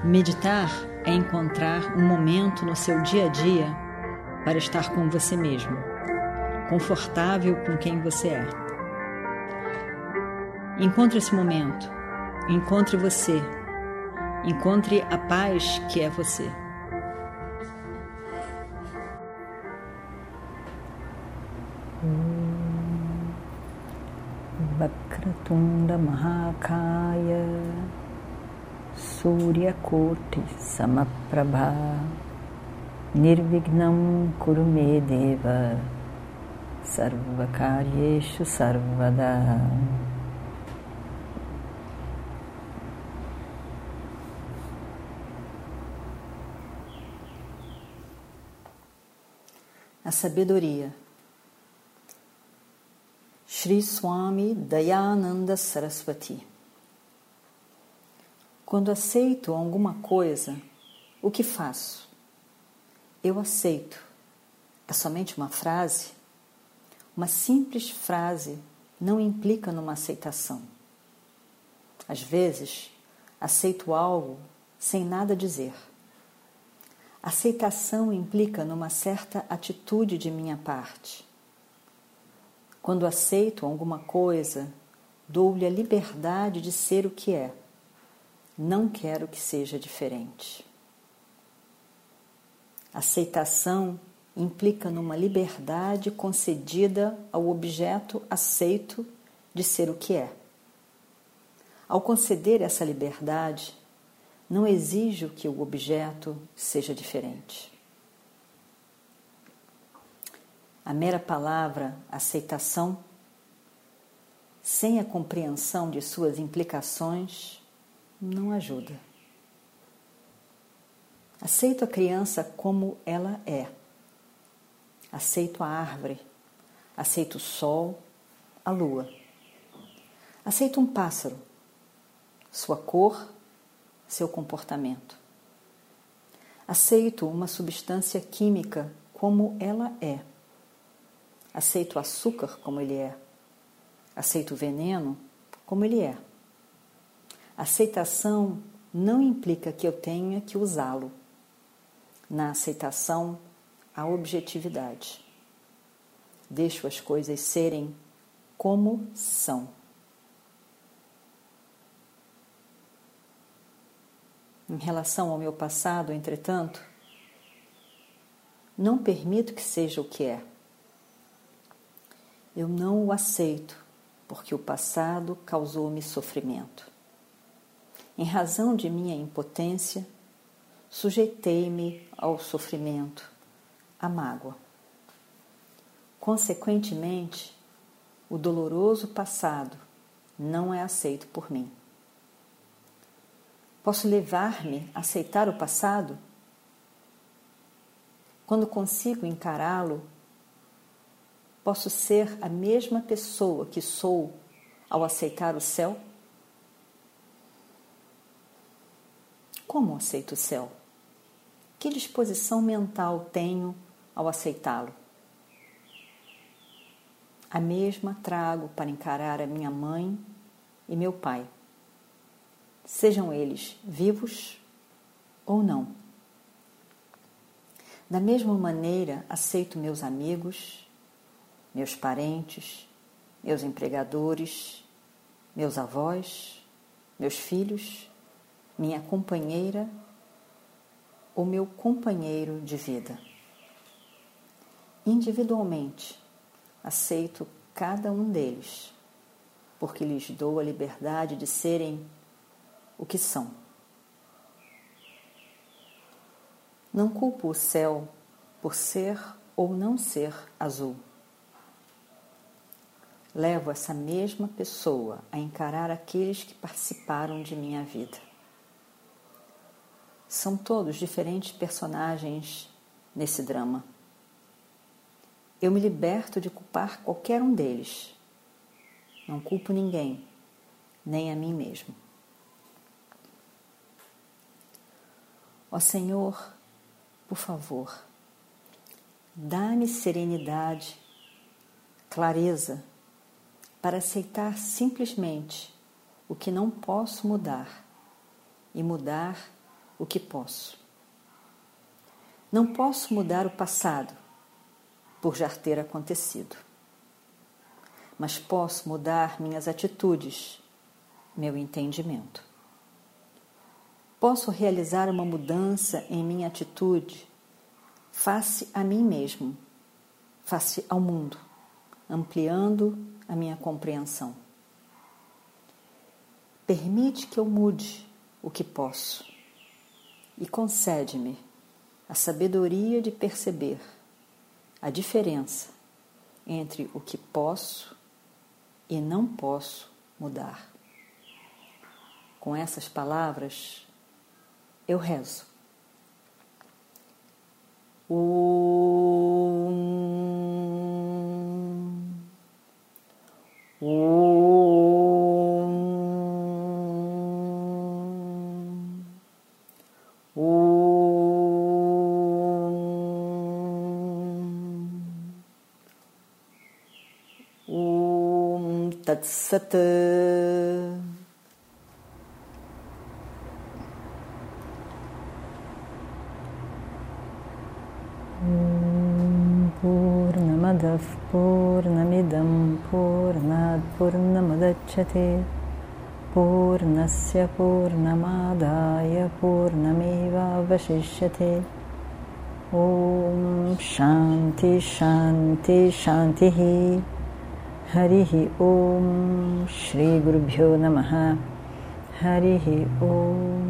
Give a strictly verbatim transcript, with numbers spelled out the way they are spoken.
Meditar é encontrar um momento no seu dia a dia para estar com você mesmo, confortável com quem você é. Encontre esse momento, encontre você, encontre a paz que é você. Vakratunda Mahakaya Surya Koti Samaprabha Nirvignam Kurumedeva Sarvakaryeshu Sarvada. A sabedoria. Shri Swami Dayananda Saraswati. Quando aceito alguma coisa, o que faço? Eu aceito. É somente uma frase? Uma simples frase não implica numa aceitação. Às vezes, aceito algo sem nada dizer. Aceitação implica numa certa atitude de minha parte. Quando aceito alguma coisa, dou-lhe a liberdade de ser o que é. Não quero que seja diferente. Aceitação implica numa liberdade concedida ao objeto aceito de ser o que é. Ao conceder essa liberdade, não exijo que o objeto seja diferente. A mera palavra aceitação, sem a compreensão de suas implicações, não ajuda. Aceito a criança como ela é. Aceito a árvore. Aceito o sol, a lua. Aceito um pássaro, sua cor, seu comportamento. Aceito uma substância química como ela é. Aceito o açúcar como ele é. Aceito o veneno como ele é. Aceitação não implica que eu tenha que usá-lo. Na aceitação, há objetividade. Deixo as coisas serem como são. Em relação ao meu passado, entretanto, não permito que seja o que é. Eu não o aceito, porque o passado causou-me sofrimento. Em razão de minha impotência, sujeitei-me ao sofrimento, à mágoa. Consequentemente, o doloroso passado não é aceito por mim. Posso levar-me a aceitar o passado? Quando consigo encará-lo, posso ser a mesma pessoa que sou ao aceitar o céu? Como aceito o céu? Que disposição mental tenho ao aceitá-lo? A mesma trago para encarar a minha mãe e meu pai, sejam eles vivos ou não. Da mesma maneira, aceito meus amigos, meus parentes, meus empregadores, meus avós, meus filhos, minha companheira ou meu companheiro de vida. Individualmente, aceito cada um deles, porque lhes dou a liberdade de serem o que são. Não culpo o céu por ser ou não ser azul. Levo essa mesma pessoa a encarar aqueles que participaram de minha vida. São todos diferentes personagens nesse drama. Eu me liberto de culpar qualquer um deles. Não culpo ninguém, nem a mim mesmo. Ó Senhor, por favor, dá-me serenidade, clareza, para aceitar simplesmente o que não posso mudar e mudar o que posso. Não posso mudar o passado, por já ter acontecido. Mas posso mudar minhas atitudes, meu entendimento. Posso realizar uma mudança em minha atitude face a mim mesmo, face ao mundo, ampliando a minha compreensão. Permite que eu mude o que posso e concede-me a sabedoria de perceber a diferença entre o que posso e não posso mudar. Com essas palavras, eu rezo. Om. Om. Om. Om Tat Sat. Purnamadav Purnamidam Purnad Purnamadachyate Purnasya Purnamadaya Purnameva Vashishyate. Om Shanti Shanti Shantihi. Harihi Om Shri Gurubhyo Namaha. Harihi Om.